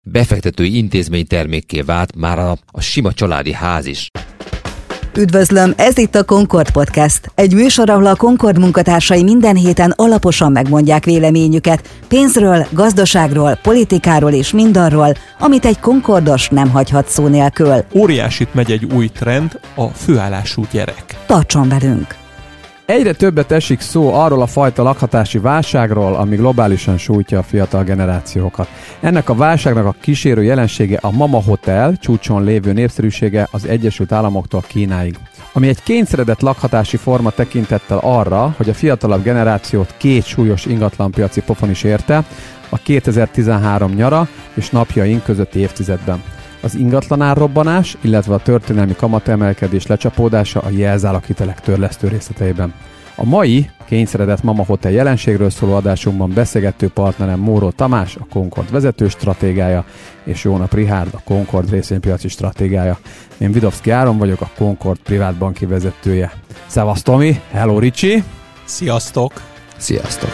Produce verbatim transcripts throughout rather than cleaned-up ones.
befektetői intézménytermékké vált már a, a sima családi ház is. Üdvözlöm, ez itt a Concord Podcast. Egy műsor, ahol a Concord munkatársai minden héten alaposan megmondják véleményüket pénzről, gazdaságról, politikáról és mindarról, amit egy Concordos nem hagyhat szó nélkül. Óriásit megy egy új trend, a főállású gyerek. Tartson velünk! Egyre többet esik szó arról a fajta lakhatási válságról, ami globálisan sújtja a fiatal generációkat. Ennek a válságnak a kísérő jelensége a Mama Hotel, csúcson lévő népszerűsége az Egyesült Államoktól Kínáig. Ami egy kényszeredett lakhatási forma tekintettel arra, hogy a fiatalabb generációt két súlyos ingatlanpiaci pofon is érte, a kétezer-tizenhárom nyara és napjaink közötti évtizedben. Az ingatlanárrobbanás, illetve a történelmi kamatemelkedés lecsapódása a jelzáloghitelek törlesztő részleteiben. A mai kényszeredett Mama Hotel jelenségről szóló adásunkban beszélgető partnerem Móró Tamás, a Concord vezető stratégája, és Jónap Richárd, a Concord részvénypiaci stratégája. Én Vidovszky Áron vagyok, a Concord privátbanki vezetője. Szevasz Tomi, hello Ricsi! Sziasztok! Sziasztok!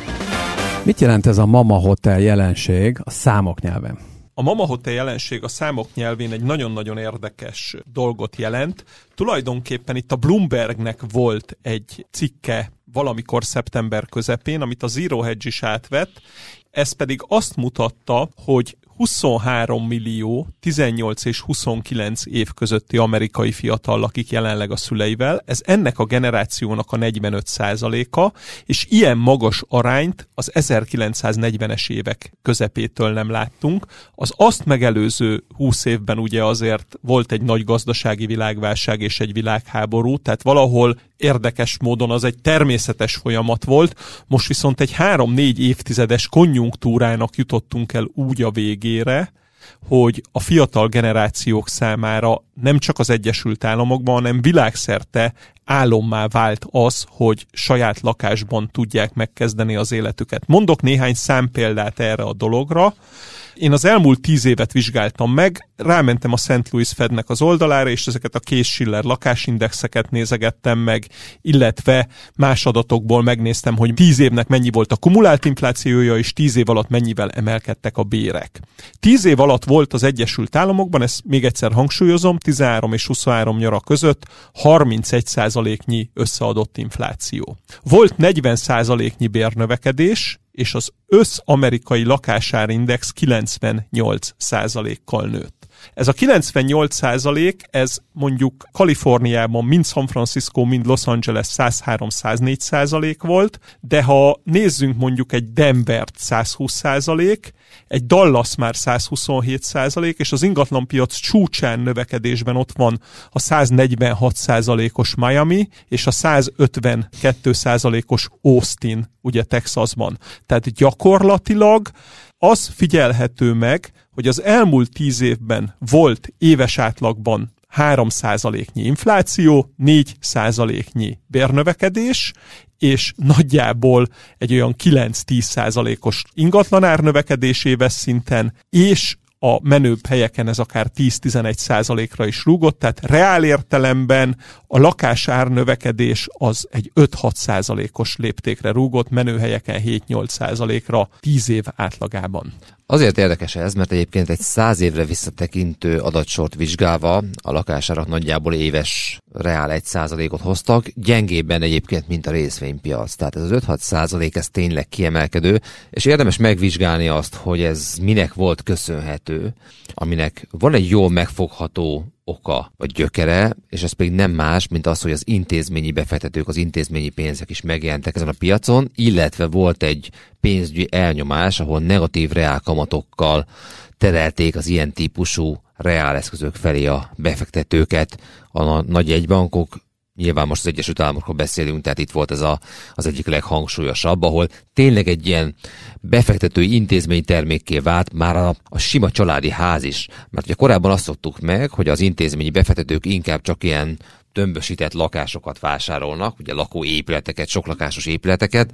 Mit jelent ez a Mama Hotel jelenség a számok nyelven? A Mama Hotel jelenség a számok nyelvén egy nagyon-nagyon érdekes dolgot jelent. Tulajdonképpen itt a Bloombergnek volt egy cikke valamikor szeptember közepén, amit a Zero Hedge is átvett. Ez pedig azt mutatta, hogy huszonhárom millió tizennyolc és huszonkilenc év közötti amerikai fiatal lakik jelenleg a szüleivel. Ez ennek a generációnak a negyvenöt százaléka, és ilyen magas arányt az ezerkilencszáznegyvenes évek közepétől nem láttunk. Az azt megelőző húsz évben ugye azért volt egy nagy gazdasági világválság és egy világháború, tehát valahol érdekes módon az egy természetes folyamat volt, most viszont egy három-négy évtizedes konjunktúrának jutottunk el úgy a végére, hogy a fiatal generációk számára nem csak az Egyesült Államokban, hanem világszerte álommá vált az, hogy saját lakásban tudják megkezdeni az életüket. Mondok néhány számpéldát erre a dologra. Én az elmúlt tíz évet vizsgáltam meg, rámentem a Saint Louis Fednek az oldalára, és ezeket a Case-Shiller lakásindexeket nézegettem meg, illetve más adatokból megnéztem, hogy tíz évnek mennyi volt a kumulált inflációja, és tíz év alatt mennyivel emelkedtek a bérek. tíz év alatt volt az Egyesült Államokban, ezt még egyszer hangsúlyozom, tizenhárom és huszonhárom nyara között harmincegy százaléknyi összeadott infláció. Volt negyven százaléknyi bérnövekedés, és az összamerikai lakásárindex kilencvennyolc százalékkal nőtt. Ez a kilencvennyolc százalék, ez mondjuk Kaliforniában mind San Francisco, mind Los Angeles százhárom-száznégy százalék volt, de ha nézzünk mondjuk egy Denvert százhúsz százalék, egy Dallas már százhuszonhét százalék, és az ingatlanpiac csúcsán növekedésben ott van a száznegyvenhat százalékos Miami, és a százötvenkettő százalékos Austin, ugye Texasban. Tehát gyakorlatilag az figyelhető meg, hogy az elmúlt tíz évben volt éves átlagban három százaléknyi infláció, négy százaléknyi bérnövekedés, és nagyjából egy olyan kilenc-tíz százalékos ingatlanár növekedés éves szinten, és a menőbb helyeken ez akár tíz-tizenegy százalékra is rúgott, tehát reál értelemben a lakásár növekedés az egy öt-hat százalékos léptékre rúgott, menő helyeken hét-nyolc százalékra tíz év átlagában. Azért érdekes ez, mert egyébként egy száz évre visszatekintő adatsort vizsgálva a lakásárak nagyjából éves reál egy százalékot hoztak, gyengébben egyébként, mint a részvénypiac. Tehát ez az öt-hat százalék, ez tényleg kiemelkedő, és érdemes megvizsgálni azt, hogy ez minek volt köszönhető, aminek van egy jól megfogható oka vagy gyökere, és ez pedig nem más, mint az, hogy az intézményi befektetők, az intézményi pénzek is megjelentek ezen a piacon, illetve volt egy pénzügyi elnyomás, ahol negatív reálkamatokkal terelték az ilyen típusú reáleszközök felé a befektetőket. A nagy jegybankok, nyilván most az Egyesült Államokról beszélünk, tehát itt volt ez a, az egyik leghangsúlyosabb, ahol tényleg egy ilyen befektetői intézménytermékké vált már a, a sima családi ház is. Mert ugye korábban azt szoktuk meg, hogy az intézményi befektetők inkább csak ilyen tömbösített lakásokat vásárolnak, ugye lakóépületeket, soklakásos épületeket,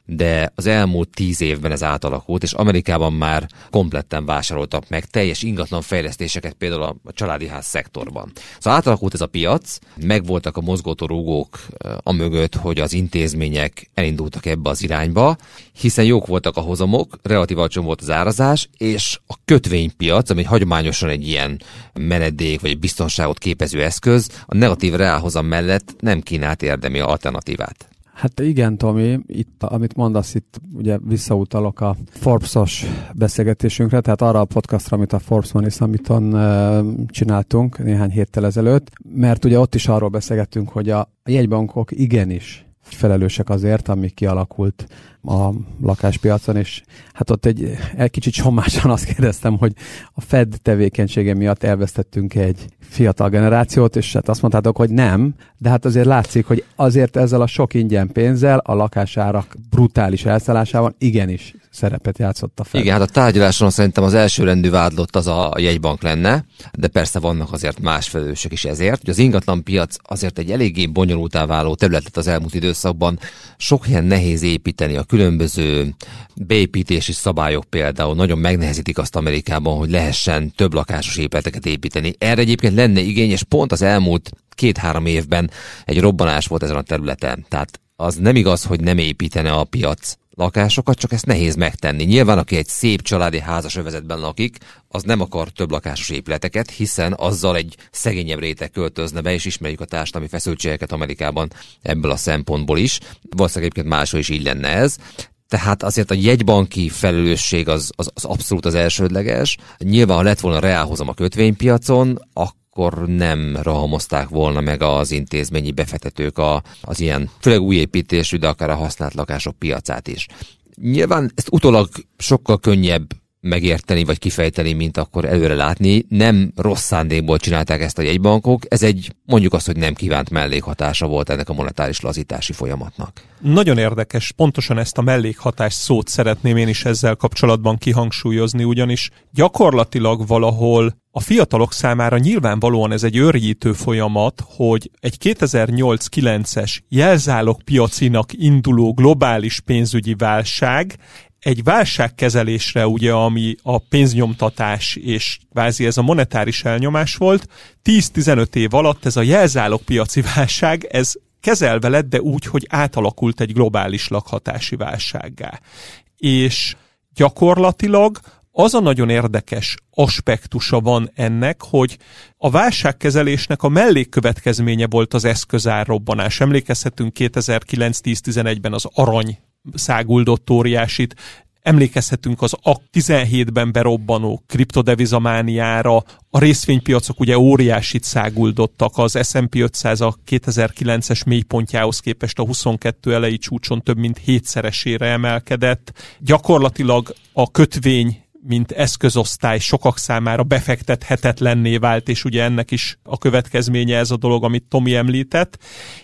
de az elmúlt tíz évben ez átalakult, és Amerikában már kompletten vásároltak meg teljes ingatlan fejlesztéseket például a családi ház szektorban. Szóval átalakult ez a piac, megvoltak a mozgatórugók amögött, hogy az intézmények elindultak ebbe az irányba, hiszen jók voltak a hozamok, relatív alacsony volt az árazás, és a kötvénypiac, ami hagyományosan egy ilyen menedék vagy egy biztonságot képező eszköz, a negatív reálhozam mellett nem kínált érdemi alternatívát. Hát igen, Tomi, itt, amit mondasz, itt ugye visszautalok a Forbes-os beszélgetésünkre, tehát arra a podcastra, amit a Forbes Money Summiton uh, csináltunk néhány héttel ezelőtt, mert ugye ott is arról beszélgettünk, hogy a jegybankok igenis felelősek azért, ami kialakult a lakáspiacon, és hát ott egy, egy kicsit sommásan azt kérdeztem, hogy a Fed tevékenysége miatt elvesztettünk egy fiatal generációt, és hát azt mondtátok, hogy nem, de hát azért látszik, hogy azért ezzel a sok ingyen pénzzel a lakásárak brutális elszállásában igenis szerepet játszott a Fed. Igen, hát a tárgyaláson szerintem az elsőrendű vádlott az a jegybank lenne, de persze vannak azért más felelősök is ezért. Ugye az ingatlan piac azért egy eléggé bonyolultá váló terület lett az elmúlt időszakban. Sok helyen nehéz építeni, a különböző beépítési szabályok például nagyon megnehezítik azt Amerikában, hogy lehessen több lakásos épületeket építeni. Erre egyébként lenne igény, és pont az elmúlt két-három évben egy robbanás volt ezen a területen. Tehát az nem igaz, hogy nem építene a piac lakásokat, csak ezt nehéz megtenni. Nyilván, aki egy szép családi házas övezetben lakik, az nem akar több lakásos épületeket, hiszen azzal egy szegényebb réteg költözne be, és ismerjük a társadalmi feszültségeket Amerikában ebből a szempontból is. Valószínűleg egyébként máshol is így lenne ez. Tehát azért a jegybanki felelősség az, az, az abszolút az elsődleges. Nyilván, ha lett volna reálhozam a kötvénypiacon, akkor nem rohamozták volna meg az intézményi befektetők a, az ilyen, főleg új építésű, de akár a használt lakások piacát is. Nyilván ezt utólag sokkal könnyebb megérteni vagy kifejteni, mint akkor előre látni. Nem rossz szándékból csinálták ezt a jegybankok, ez egy, mondjuk azt, hogy nem kívánt mellékhatása volt ennek a monetáris lazítási folyamatnak. Nagyon érdekes, pontosan ezt a mellékhatás szót szeretném én is ezzel kapcsolatban kihangsúlyozni, ugyanis gyakorlatilag valahol a fiatalok számára nyilvánvalóan ez egy őrjítő folyamat, hogy egy kétezer-nyolc-kilences jelzálog piacinak induló globális pénzügyi válság egy válságkezelésre, ugye, ami a pénznyomtatás és kvázi ez a monetáris elnyomás volt, tíz-tizenöt év alatt ez a jelzálogpiaci válság, ez kezelve lett, de úgy, hogy átalakult egy globális lakhatási válsággá. És gyakorlatilag az a nagyon érdekes aspektusa van ennek, hogy a válságkezelésnek a mellékkövetkezménye volt az eszközárrobbanás. Emlékezhetünk kétezer-kilenc-tíz-tizenegyben az arany száguldott óriásit, emlékezhetünk az á tizenhétben berobbanó kriptodevizamániára, a részvénypiacok ugye óriásit száguldottak, az es and pé ötszáz a kétezer-kilences mélypontjához képest a huszonkettő elejé csúcson több mint hétszeresére emelkedett. Gyakorlatilag a kötvény mint eszközosztály sokak számára befektethetetlenné vált, és ugye ennek is a következménye ez a dolog, amit Tomi említett,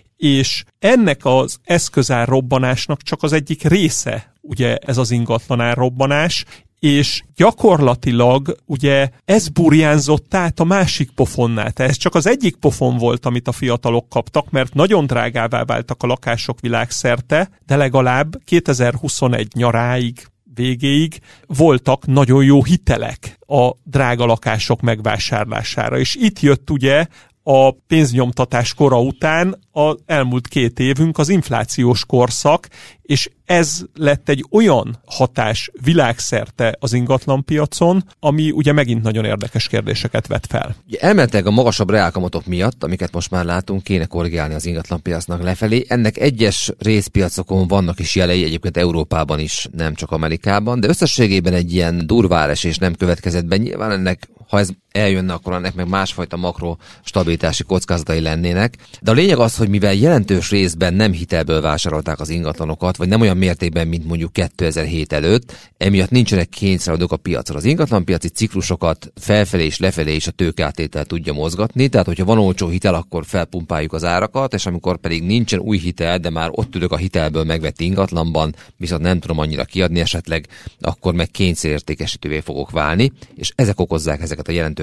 és ennek az eszközárrobbanásnak csak az egyik része, ugye ez az ingatlanárrobbanás, és gyakorlatilag ugye ez burjánzott át a másik pofonnál. Tehát ez csak az egyik pofon volt, amit a fiatalok kaptak, mert nagyon drágává váltak a lakások világszerte, de legalább kétezer-huszonegy nyaráig, végéig voltak nagyon jó hitelek a drága lakások megvásárlására. És itt jött ugye a pénznyomtatás kora után az elmúlt két évünk az inflációs korszak, és ez lett egy olyan hatás világszerte az ingatlanpiacon, ami ugye megint nagyon érdekes kérdéseket vet fel. Elméletileg a magasabb reálkamatok miatt, amiket most már látunk, kéne korrigálni az ingatlanpiacnak lefelé. Ennek egyes részpiacokon vannak is jelei, egyébként Európában is, nem csak Amerikában, de összességében egy ilyen durva áresés nem következett be. Nyilván ennek, ha ez eljönne, akkor ennek meg másfajta makro stabilitási kockázatai lennének. De a lényeg az, hogy mivel jelentős részben nem hitelből vásárolták az ingatlanokat, vagy nem olyan mértékben, mint mondjuk kétezer-hét előtt, emiatt nincsenek kényszeradók a piacon. Az ingatlanpiaci ciklusokat felfelé és lefelé is a tőkeáttétel tudja mozgatni, tehát hogyha van olcsó hitel, akkor felpumpáljuk az árakat, és amikor pedig nincsen új hitel, de már ott ülök a hitelből megvett ingatlanban, viszont nem tudom annyira kiadni esetleg, akkor meg kényszerértékesítővé fogok válni, és ezek okozzák ezeket a jelentős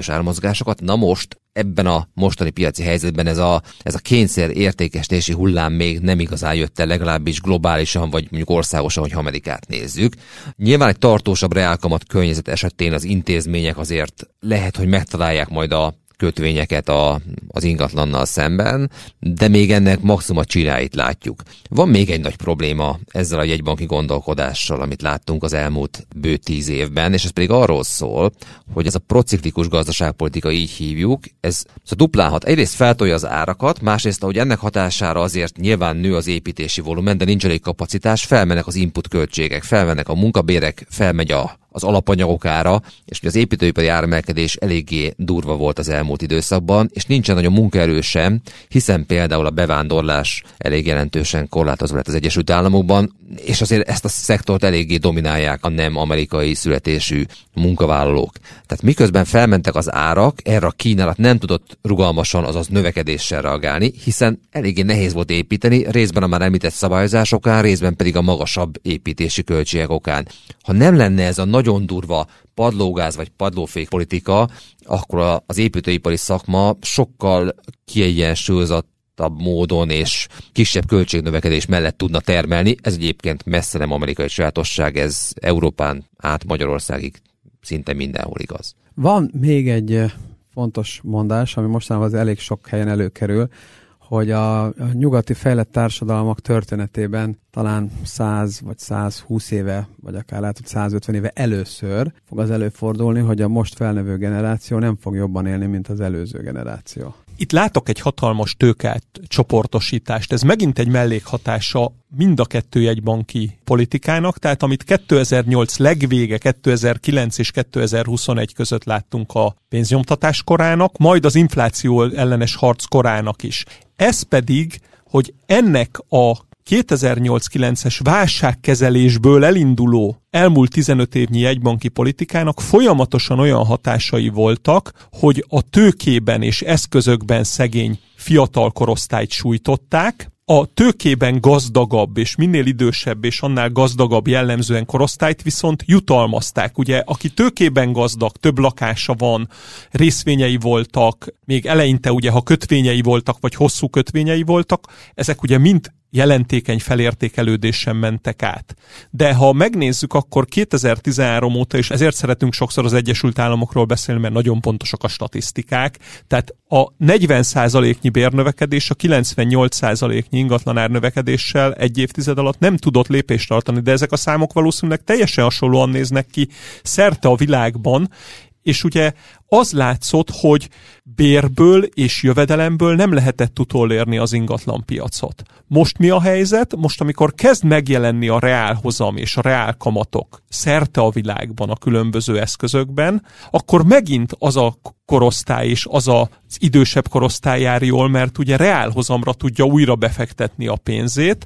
jelentős ármozgásokat. Na most ebben a mostani piaci helyzetben ez a, ez a kényszer értékesítési hullám még nem igazán jött el, legalábbis globálisan, vagy mondjuk országosan, hogyha Amerikát nézzük. Nyilván egy tartósabb reálkamat környezet esetén az intézmények azért lehet, hogy megtalálják majd a kötvényeket a, az ingatlannal szemben, de még ennek maximum a csiráit látjuk. Van még egy nagy probléma ezzel a jegybanki gondolkodással, amit láttunk az elmúlt bő tíz évben, és ez pedig arról szól, hogy ez a prociklikus gazdaságpolitika, így hívjuk, ez szóval duplán hat. Egyrészt feltolja az árakat, másrészt, ahogy ennek hatására azért nyilván nő az építési volumen, de nincs elég kapacitás, felmennek az input költségek, felmennek a munkabérek, felmegy a az alapanyagok ára, és az építőipari áremelkedés eléggé durva volt az elmúlt időszakban, és nincsen nagyon munkaerő sem, hiszen például a bevándorlás elég jelentősen korlátozva lett az Egyesült Államokban, és azért ezt a szektort eléggé dominálják a nem amerikai születésű munkavállalók. Tehát miközben felmentek az árak, erre a kínálat nem tudott rugalmasan, azaz növekedéssel reagálni, hiszen eléggé nehéz volt építeni, részben a már említett szabályozás okán, részben pedig a magasabb építési költségek okán. Ha nem lenne ez a nagyon durva padlógáz vagy padlófék politika, akkor az építőipari szakma sokkal kiegyensúlyozottabb módon és kisebb költségnövekedés mellett tudna termelni. Ez egyébként messze nem amerikai sajátosság, ez Európán át Magyarországig szinte mindenhol igaz. Van még egy fontos mondás, ami mostanában az elég sok helyen előkerül, hogy a, a nyugati fejlett társadalmak történetében talán száz vagy százhúsz éve, vagy akár lehet, hogy százötven éve először fog az előfordulni, hogy a most felnövő generáció nem fog jobban élni, mint az előző generáció. Itt látok egy hatalmas tőkát csoportosítást. Ez megint egy mellékhatása mind a kettő jegybanki politikának, tehát amit kétezer-nyolc legvége, kétezer-kilenc és kétezer-huszonegy között láttunk a pénznyomtatás korának, majd az infláció ellenes harc korának is. Ez pedig, hogy ennek a kétezer-nyolc-kilences válságkezelésből elinduló elmúlt tizenöt évnyi jegybanki politikának folyamatosan olyan hatásai voltak, hogy a tőkében és eszközökben szegény fiatal korosztályt sújtották, a tőkében gazdagabb és minél idősebb és annál gazdagabb jellemzően korosztályt viszont jutalmazták. Ugye, aki tőkében gazdag, több lakása van, részvényei voltak, még eleinte ugye, ha kötvényei voltak, vagy hosszú kötvényei voltak, ezek ugye mind jelentékeny felértékelődésen mentek át. De ha megnézzük, akkor kétezer-tizenhárom óta, és ezért szeretünk sokszor az Egyesült Államokról beszélni, mert nagyon pontosak a statisztikák, tehát a negyven százaléknyi bérnövekedés a kilencvennyolc százaléknyi ingatlanár növekedéssel egy évtized alatt nem tudott lépést tartani, de ezek a számok valószínűleg teljesen hasonlóan néznek ki szerte a világban, és ugye az látszott, hogy bérből és jövedelemből nem lehetett utolérni az ingatlanpiacot. Most mi a helyzet? Most, amikor kezd megjelenni a reálhozam és a reálkamatok szerte a világban a különböző eszközökben, akkor megint az a korosztály és az az idősebb korosztály jár jól, mert ugye reálhozamra tudja újra befektetni a pénzét,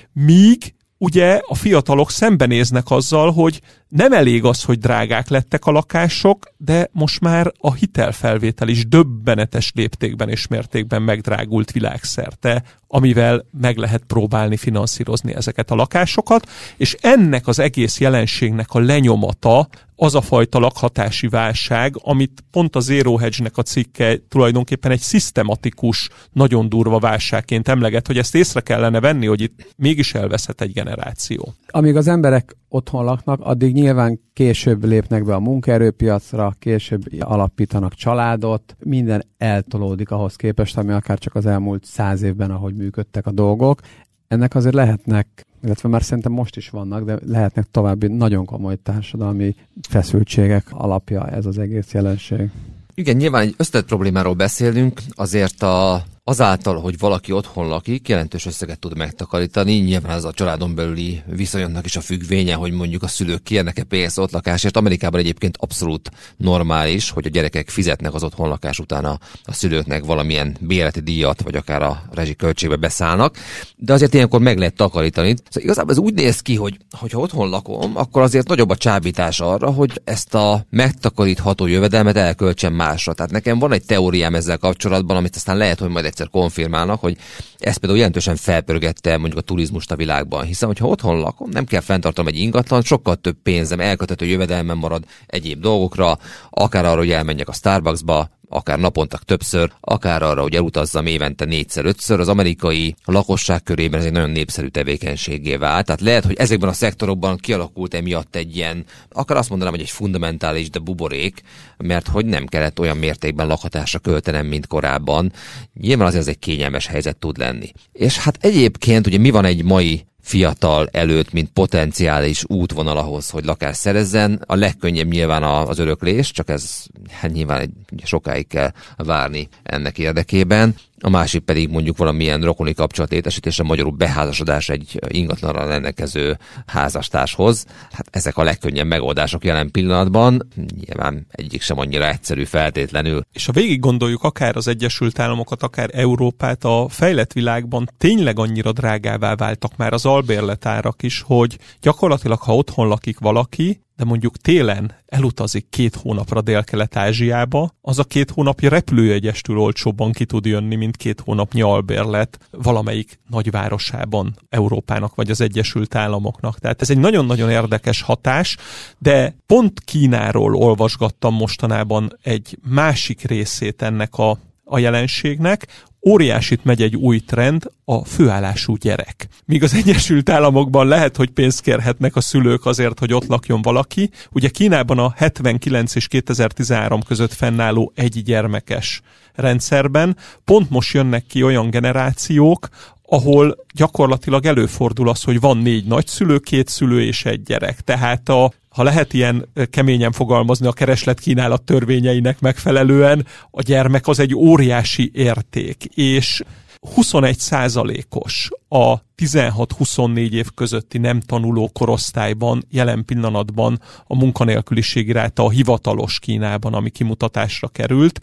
míg ugye a fiatalok szembenéznek azzal, hogy nem elég az, hogy drágák lettek a lakások, de most már a hitelfelvétel is döbbenetes léptékben és mértékben megdrágult világszerte, amivel meg lehet próbálni finanszírozni ezeket a lakásokat, és ennek az egész jelenségnek a lenyomata az a fajta lakhatási válság, amit pont a Zero Hedge-nek a cikke tulajdonképpen egy szisztematikus, nagyon durva válságként emleget, hogy ezt észre kellene venni, hogy itt mégis elveszett egy generáció. Amíg az emberek otthon laknak, addig nyilván később lépnek be a munkaerőpiacra, később alapítanak családot, minden eltolódik ahhoz képest, ami akár csak az elmúlt száz évben, ahogy működtek a dolgok. Ennek azért lehetnek, illetve már szerintem most is vannak, de lehetnek további nagyon komoly társadalmi feszültségek alapja ez az egész jelenség. Igen, nyilván egy összetett problémáról beszélünk, azért a, azáltal, hogy valaki otthon lakik, jelentős összeget tud megtakarítani, nyilván ez a családon belüli viszonyoknak is a függvénye, hogy mondjuk a szülők kérnek-e pénzt ott lakásért. Amerikában egyébként abszolút normális, hogy a gyerekek fizetnek az otthon lakás után a, a szülőknek valamilyen bérleti díjat, vagy akár a rezsiköltségbe beszállnak, de azért ilyenkor meg lehet takarítani. Szóval igazából ez úgy néz ki, hogy ha otthon lakom, akkor azért nagyobb a csábítás arra, hogy ezt a megtakarítható jövedelmet elköltsem másra. Tehát nekem van egy teóriám ezzel kapcsolatban, amit aztán lehet, hogy majd egy egyszer konfirmálnak, hogy ez például jelentősen felpörgette mondjuk a turizmust a világban, hiszen hogyha otthon lakom, nem kell fenntartanom egy ingatlan, sokkal több pénzem, elköthető jövedelmem marad egyéb dolgokra, akár arra, hogy elmenjek a Starbucksba, akár naponta többször, akár arra, hogy elutazzam évente négyszer, ötször. Az amerikai lakosság körében ez egy nagyon népszerű tevékenységgé vált. Tehát lehet, hogy ezekben a szektorokban kialakult emiatt egy ilyen, akár azt mondanám, hogy egy fundamentális, de buborék, mert hogy nem kellett olyan mértékben lakhatásra költenem, mint korábban. Nyilván azért ez egy kényelmes helyzet tud lenni. És hát egyébként ugye mi van egy mai fiatal előtt, mint potenciális útvonal ahhoz, hogy lakást szerezzen. A legkönnyebb nyilván az öröklés, csak ez hát nyilván egy, sokáig kell várni ennek érdekében. A másik pedig mondjuk valamilyen rokoni kapcsolat létesítése, magyarul beházasodás egy ingatlanra rendelkező házastárshoz. Hát ezek a legkönnyebb megoldások jelen pillanatban. Nyilván egyik sem annyira egyszerű feltétlenül. És ha végig gondoljuk akár az Egyesült Államokat, akár Európát, a fejlett világban tényleg annyira drágává váltak már az albérletárak is, hogy gyakorlatilag, ha otthon lakik valaki, de mondjuk télen elutazik két hónapra Dél-Kelet-Ázsiába, az a két hónapja repülőjegyestül olcsóbban ki tud jönni, mint két hónapnyi albérlet valamelyik nagyvárosában Európának vagy az Egyesült Államoknak. Tehát ez egy nagyon-nagyon érdekes hatás, de pont Kínáról olvasgattam mostanában egy másik részét ennek a, a jelenségnek. Óriásit megy egy új trend, a főállású gyerek. Míg az Egyesült Államokban lehet, hogy pénzt kérhetnek a szülők azért, hogy ott lakjon valaki, ugye Kínában a hetvenkilenc és kétezer-tizenhárom között fennálló egygyermekes rendszerben pont most jönnek ki olyan generációk, ahol gyakorlatilag előfordul az, hogy van négy nagyszülő, két szülő és egy gyerek. Tehát a ha lehet ilyen keményen fogalmazni a kereslet-kínálat törvényeinek megfelelően, a gyermek az egy óriási érték, és huszonegy százalékos a tizenhat-huszonnégy év közötti nem tanuló korosztályban jelen pillanatban a munkanélküliségi ráta a hivatalos Kínában, ami kimutatásra került,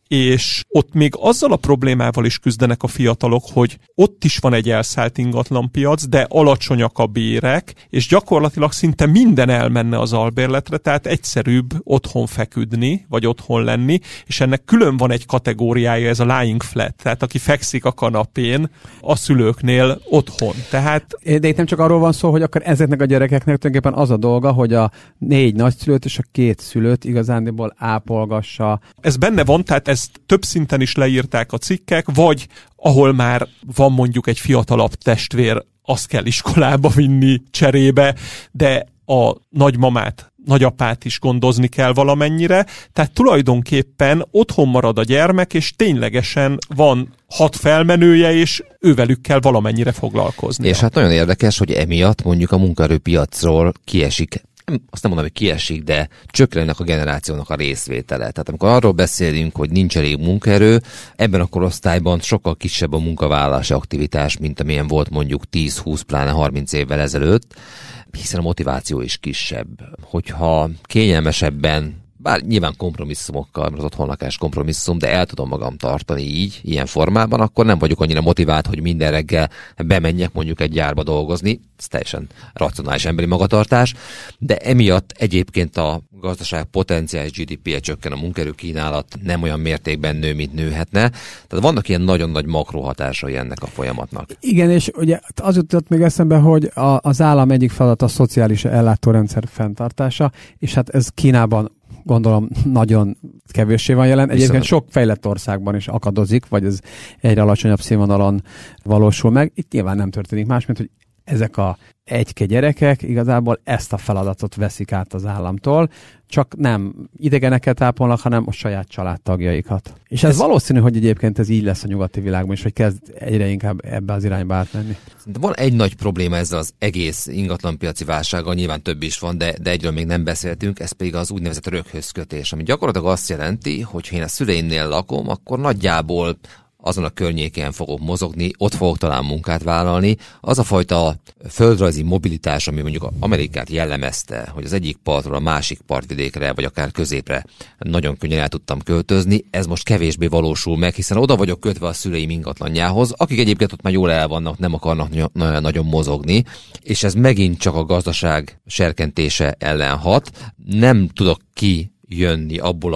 és ott még azzal a problémával is küzdenek a fiatalok, hogy ott is van egy elszállt ingatlanpiac, de alacsonyak a bérek, és gyakorlatilag szinte minden elmenne az albérletre, tehát egyszerűbb otthon feküdni, vagy otthon lenni, és ennek külön van egy kategóriája, ez a lying flat, tehát aki fekszik a kanapén, a szülőknél otthon. Tehát... De itt nem csak arról van szó, hogy akkor ezeknek a gyerekeknek tulajdonképpen az a dolga, hogy a négy nagyszülőt és a két szülőt igazándiból ápolgassa. Ez benne van, tehát ezt több szinten is leírták a cikkek, vagy ahol már van mondjuk egy fiatalabb testvér, azt kell iskolába vinni cserébe, de a nagymamát, nagyapát is gondozni kell valamennyire, tehát tulajdonképpen otthon marad a gyermek, és ténylegesen van hat felmenője, és ővelük kell valamennyire foglalkozni. És hát nagyon érdekes, hogy emiatt mondjuk a munkaerőpiacról kiesik, azt nem mondom, hogy kiesik, de csökkennek a generációnak a részvétele. Tehát amikor arról beszélünk, hogy nincs elég munkaerő, ebben a korosztályban sokkal kisebb a munkavállalási aktivitás, mint amilyen volt mondjuk tíz-húsz, pláne harminc évvel ezelőtt, hiszen a motiváció is kisebb. Hogyha kényelmesebben, bár nyilván kompromisszumokkal, mert az otthonlakás kompromisszum, de el tudom magam tartani így, ilyen formában, akkor nem vagyok annyira motivált, hogy minden reggel bemenjek mondjuk egy gyárba dolgozni. Ez teljesen racionális emberi magatartás, de emiatt egyébként a gazdaság potenciális gé dé pé-je csökken, a munkaerőkínálat nem olyan mértékben nő, mint nőhetne. Tehát vannak ilyen nagyon nagy makrohatásai ennek a folyamatnak. Igen, és ugye az jutott még eszembe, hogy a, az állam egyik feladat a szociális ellátórendszer fenntartása, és hát ez Kínában gondolom nagyon kevéssé van jelen. Egyébként Viszont... sok fejlett országban is akadozik, vagy ez egyre alacsonyabb színvonalon valósul meg. Itt nyilván nem történik más, mint hogy ezek a egyke gyerekek igazából ezt a feladatot veszik át az államtól, csak nem idegeneket ápolnak, hanem a saját családtagjaikat. És ez, ez valószínű, hogy egyébként ez így lesz a nyugati világban is, hogy kezd egyre inkább ebbe az irányba átmenni. De van egy nagy probléma ezzel az egész ingatlanpiaci válsággal, nyilván több is van, de, de egyről még nem beszéltünk, ez pedig az úgynevezett röghözkötés, ami gyakorlatilag azt jelenti, hogy ha én a szüleimnél lakom, akkor nagyjából azon a környéken fogok mozogni, ott fogok talán munkát vállalni. Az a fajta földrajzi mobilitás, ami mondjuk Amerikát jellemezte, hogy az egyik partról a másik partvidékre, vagy akár középre nagyon könnyen el tudtam költözni, ez most kevésbé valósul meg, hiszen oda vagyok kötve a szüleim ingatlanjához, akik egyébként ott már jól el vannak, nem akarnak ny- nagyon mozogni, és ez megint csak a gazdaság serkentése ellen hat. Nem tudok ki jönni abból a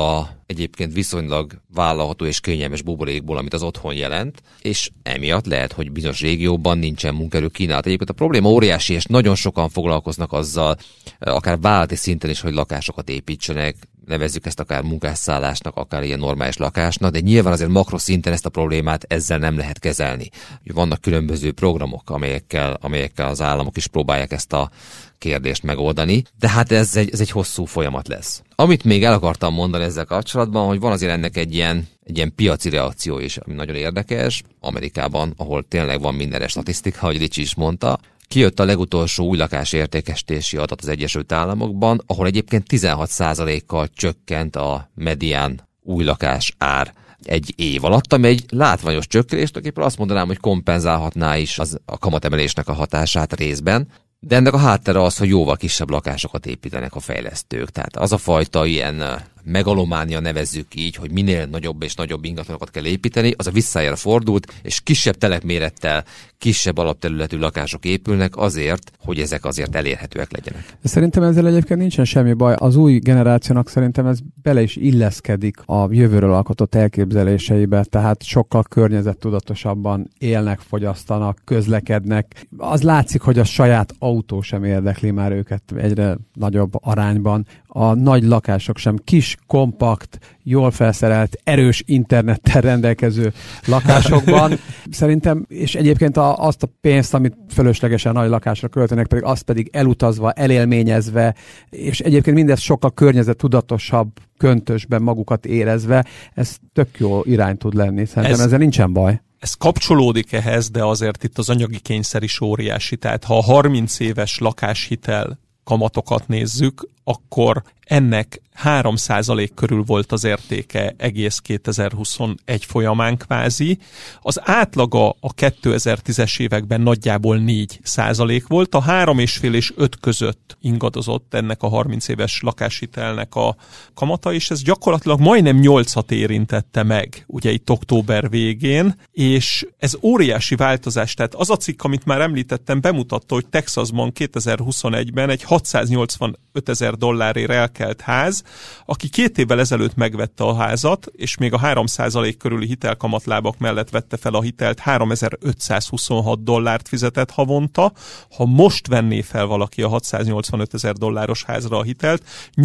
egyébként viszonylag vállalható és kényelmes buborékból, amit az otthon jelent, és emiatt lehet, hogy bizonyos régióban nincsen munkaerő kínálat. Egyébként a probléma óriási, és nagyon sokan foglalkoznak azzal, akár vállalati szinten is, hogy lakásokat építsenek, nevezzük ezt akár munkásszállásnak, akár ilyen normális lakásnak, de nyilván azért makroszinten ezt a problémát ezzel nem lehet kezelni. Vannak különböző programok, amelyekkel, amelyekkel az államok is próbálják ezt a kérdést megoldani, de hát ez egy, ez egy hosszú folyamat lesz. Amit még el akartam mondani ezzel kapcsolatban, hogy van azért ennek egy ilyen, egy ilyen piaci reakció is, ami nagyon érdekes. Amerikában, ahol tényleg van mindenre statisztika, ahogy Ricsi is mondta, kijött a legutolsó új lakásértékesítési adat az Egyesült Államokban, ahol egyébként tizenhat százalékkal csökkent a medián új lakás ár egy év alatt, ami egy látványos csökkenés, tulajdonképpen azt mondanám, hogy kompenzálhatná is az, a kamatemelésnek a hatását részben. De ennek a háttere az, hogy jóval kisebb lakásokat építenek a fejlesztők. Tehát az a fajta ilyen megalománia, nevezzük így, hogy minél nagyobb és nagyobb ingatlanokat kell építeni, az a visszájára fordult, és kisebb telepmérettel, kisebb alapterületű lakások épülnek azért, hogy ezek azért elérhetőek legyenek. Szerintem ezzel egyébként nincsen semmi baj. Az új generációnak szerintem ez bele is illeszkedik a jövőről alkotott elképzeléseibe, tehát sokkal környezettudatosabban élnek, fogyasztanak, közlekednek. Az látszik, hogy a saját autó sem érdekli már őket egyre nagyobb arányban. A nagy lakások sem, kis, kompakt, jól felszerelt, erős internettel rendelkező lakásokban. Szerintem, és egyébként a, azt a pénzt, amit fölöslegesen nagy lakásra költenek, pedig azt pedig elutazva, elélményezve, és egyébként mindez sokkal környezettudatosabb köntösben magukat érezve, ez tök jó irány tud lenni. Szerintem ez, ezzel nincsen baj. Ez kapcsolódik ehhez, de azért itt az anyagi kényszer is óriási. Tehát ha a harminc éves lakáshitel kamatokat nézzük, akkor ennek három százalék körül volt az értéke egész kétezer-huszonegy folyamán kvázi. Az átlaga a kétezer-tízes években nagyjából négy százalék volt, a három és fél és öt között ingadozott ennek a harminc éves lakáshitelnek a kamata, és ez gyakorlatilag majdnem nyolcat érintette meg, ugye itt október végén, és ez óriási változás, tehát az a cikk, amit már említettem, bemutatta, hogy Texasban kétezer-huszonegyben egy hatszáznyolcvanötezer dollárért elkelt ház, aki két évvel ezelőtt megvette a házat, és még a három százalék körüli hitelkamatlábak mellett vette fel a hitelt, háromezer-ötszázhuszonhat dollárt fizetett havonta. Ha most venné fel valaki a hatszáznyolcvanötezer dolláros házra a hitelt,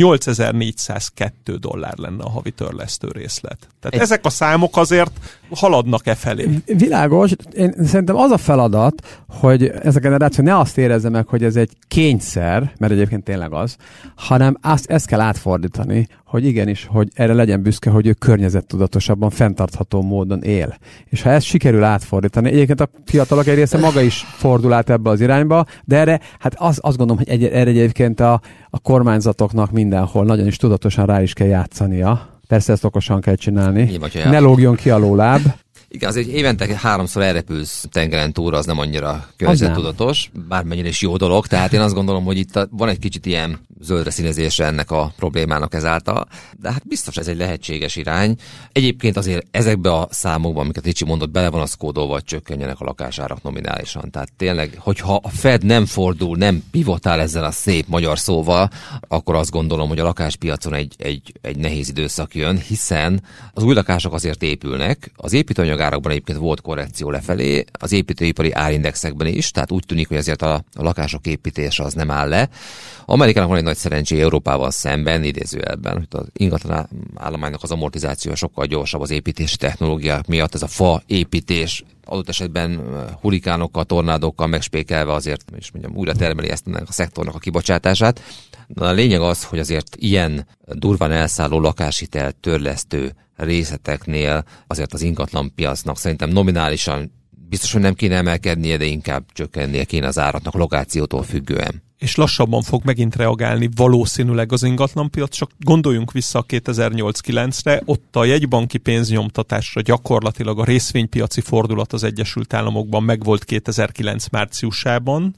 nyolcezer-négyszázkettő dollár lenne a havi törlesztő részlet. Tehát Egy... ezek a számok azért haladnak e felé. Világos. Én szerintem az a feladat, hogy ez a generáció ne azt érezze meg, hogy ez egy kényszer, mert egyébként tényleg az, hanem azt, ezt kell átfordítani, hogy igenis, hogy erre legyen büszke, hogy ő környezettudatosabban, fenntartható módon él. És ha ezt sikerül átfordítani, egyébként a fiatalok egy része maga is fordul át ebbe az irányba, de erre, hát az, azt gondolom, hogy egy, erre egyébként a, a kormányzatoknak mindenhol nagyon is tudatosan rá is kell játszania. Persze ezt okosan kell csinálni. Nyilván, ne lógjon ki a lóláb. Igen, azért évente háromszor elrepülsz tengeren túlra, az nem annyira környezettudatos, bármennyire is jó dolog, tehát én azt gondolom, hogy itt a, van egy kicsit ilyen zöldre színezése ennek a problémának ezáltal, de hát biztos ez egy lehetséges irány. Egyébként azért ezekbe a számokban, amiket Ricsi mondott, bele van az kódolva, hogy csökkenjenek a lakásárak nominálisan. Tehát tényleg, hogyha a Fed nem fordul, nem pivotál ezzel a szép magyar szóval, akkor azt gondolom, hogy a lakáspiacon egy, egy, egy nehéz időszak jön, hiszen az új lakások azért épülnek, az építőanyag árakban egyébként volt korrekció lefelé, az építőipari árindexekben is, tehát úgy tűnik, hogy azért a, a lakások építése az nem áll le. Amerikának van egy nagy szerencsé Európával szemben, idézőjelben, hogy az ingatlan állománynak az amortizációja sokkal gyorsabb az építési technológiák miatt, ez a fa építés adott esetben hurikánokkal, tornádókkal megspékelve azért, és mondjam, újra termeli ezt a szektornak a kibocsátását. De a lényeg az, hogy azért ilyen durván elszálló lakáshitel törlesztő részleteknél azért az ingatlan piacnak szerintem nominálisan biztos, hogy nem kéne emelkednie, de inkább csökkennie kéne az áratnak lokációtól függően. És lassabban fog megint reagálni valószínűleg az ingatlanpiac, csak gondoljunk vissza a kétezer-nyolc-kilencre, ott a jegybanki pénznyomtatásra gyakorlatilag a részvénypiaci fordulat az Egyesült Államokban megvolt kétezer-kilenc márciusában,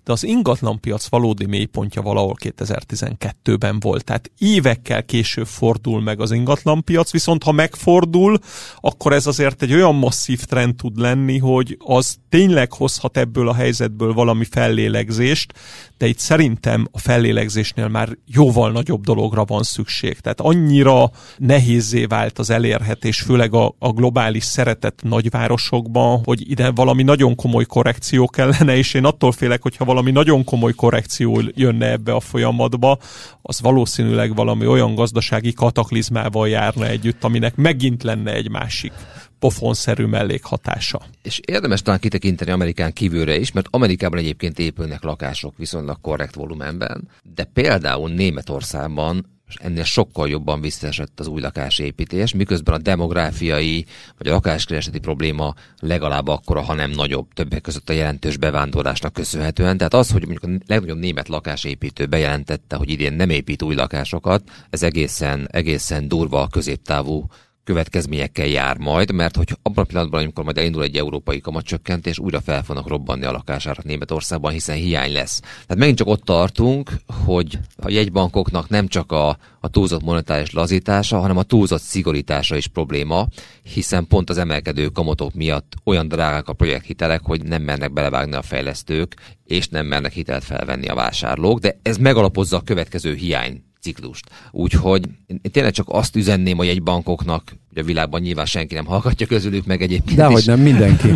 de az ingatlanpiac valódi mélypontja valahol kétezer-tizenkettőben volt. Tehát évekkel később fordul meg az ingatlanpiac, viszont ha megfordul, akkor ez azért egy olyan masszív trend tud lenni, hogy az tényleg hozhat ebből a helyzetből valami fellélegzést, de itt szerintem a fellélegzésnél már jóval nagyobb dologra van szükség. Tehát annyira nehézzé vált az elérhetés, főleg a, a globális szeretett nagyvárosokban, hogy ide valami nagyon komoly korrekció kellene, és én attól félek, hogyha valami nagyon komoly korrekció jönne ebbe a folyamatba, az valószínűleg valami olyan gazdasági kataklizmával járna együtt, aminek megint lenne egy másik pofonszerű mellékhatása. És érdemes talán kitekinteni Amerikán kívülre is, mert Amerikában egyébként épülnek lakások viszonylag korrekt volumenben, de például Németországban ennél sokkal jobban visszaesett az új lakásépítés, miközben a demográfiai vagy a lakáskereseti probléma legalább akkora, ha nem nagyobb, többek között a jelentős bevándorlásnak köszönhetően. Tehát az, hogy mondjuk a legnagyobb német lakásépítő bejelentette, hogy idén nem épít új lakásokat, ez egészen, egészen durva középtávú következményekkel jár majd, mert hogy abban a pillanatban, amikor majd elindul egy európai kamatcsökkentés, újra fel fognak robbanni a lakásárak Németországban, hiszen hiány lesz. Tehát megint csak ott tartunk, hogy a jegybankoknak nem csak a, a túlzott monetáris lazítása, hanem a túlzott szigorítása is probléma, hiszen pont az emelkedő kamatok miatt olyan drágák a projekthitelek, hogy nem mernek belevágni a fejlesztők, és nem mernek hitelt felvenni a vásárlók, de ez megalapozza a következő hiány ciklust. Úgyhogy én tényleg csak azt üzenném a jegybankoknak, hogy a világban nyilván senki nem hallgatja közülük meg egyébként Dehogy is, nem, mindenki.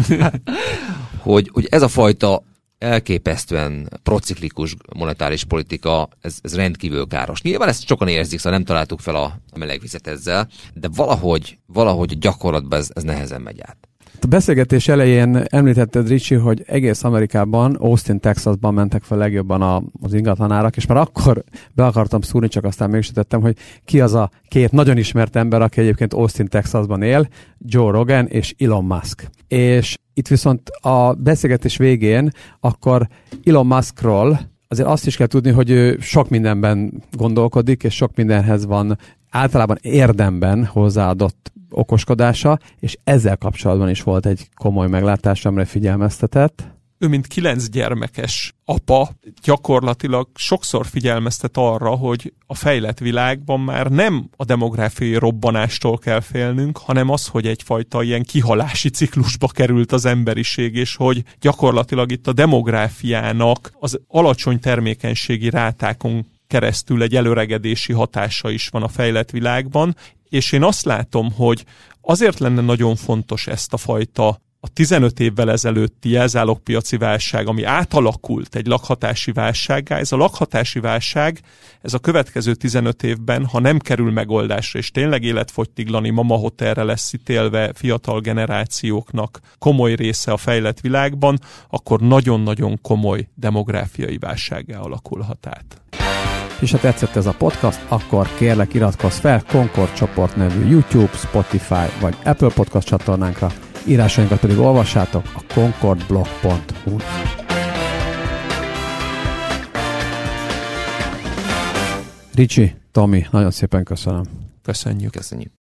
hogy, hogy ez a fajta elképesztően prociklikus monetáris politika, ez, ez rendkívül káros. Nyilván ezt sokan érzik, szóval nem találtuk fel a melegvizet ezzel, de valahogy, valahogy a gyakorlatban ez, ez nehezen megy át. A beszélgetés elején említetted, Ricsi, hogy egész Amerikában, Austin, Texasban mentek fel legjobban a, az ingatlanárak, és már akkor be akartam szúrni, csak aztán mégsütöttem, hogy ki az a két nagyon ismert ember, aki egyébként Austin, Texasban él, Joe Rogan és Elon Musk. És itt viszont a beszélgetés végén akkor Elon Muskról azért azt is kell tudni, hogy ő sok mindenben gondolkodik, és sok mindenhez van általában érdemben hozzáadott okoskodása, és ezzel kapcsolatban is volt egy komoly meglátás, amire figyelmeztetett. Ő, mint kilenc gyermekes apa, gyakorlatilag sokszor figyelmeztet arra, hogy a fejlett világban már nem a demográfiai robbanástól kell félnünk, hanem az, hogy egyfajta ilyen kihalási ciklusba került az emberiség, és hogy gyakorlatilag itt a demográfiának az alacsony termékenységi rátákon keresztül egy előregedési hatása is van a fejlett világban, és én azt látom, hogy azért lenne nagyon fontos ezt a fajta a tizenöt évvel ezelőtti jelzálogpiaci válság, ami átalakult egy lakhatási válsággá, ez a lakhatási válság, ez a következő tizenöt évben, ha nem kerül megoldásra, és tényleg életfogytiglani mamahotelre lesz ítélve fiatal generációknak komoly része a fejlett világban, akkor nagyon-nagyon komoly demográfiai válsággá alakulhat át. És ha tetszett ez a podcast, akkor kérlek iratkozz fel Concord Csoport nevű YouTube, Spotify vagy Apple Podcast csatornánkra, írásainkat pedig olvassátok a concordblog pont hu. Ricsi, Tomi, nagyon szépen köszönöm. Köszönjük. Köszönjük.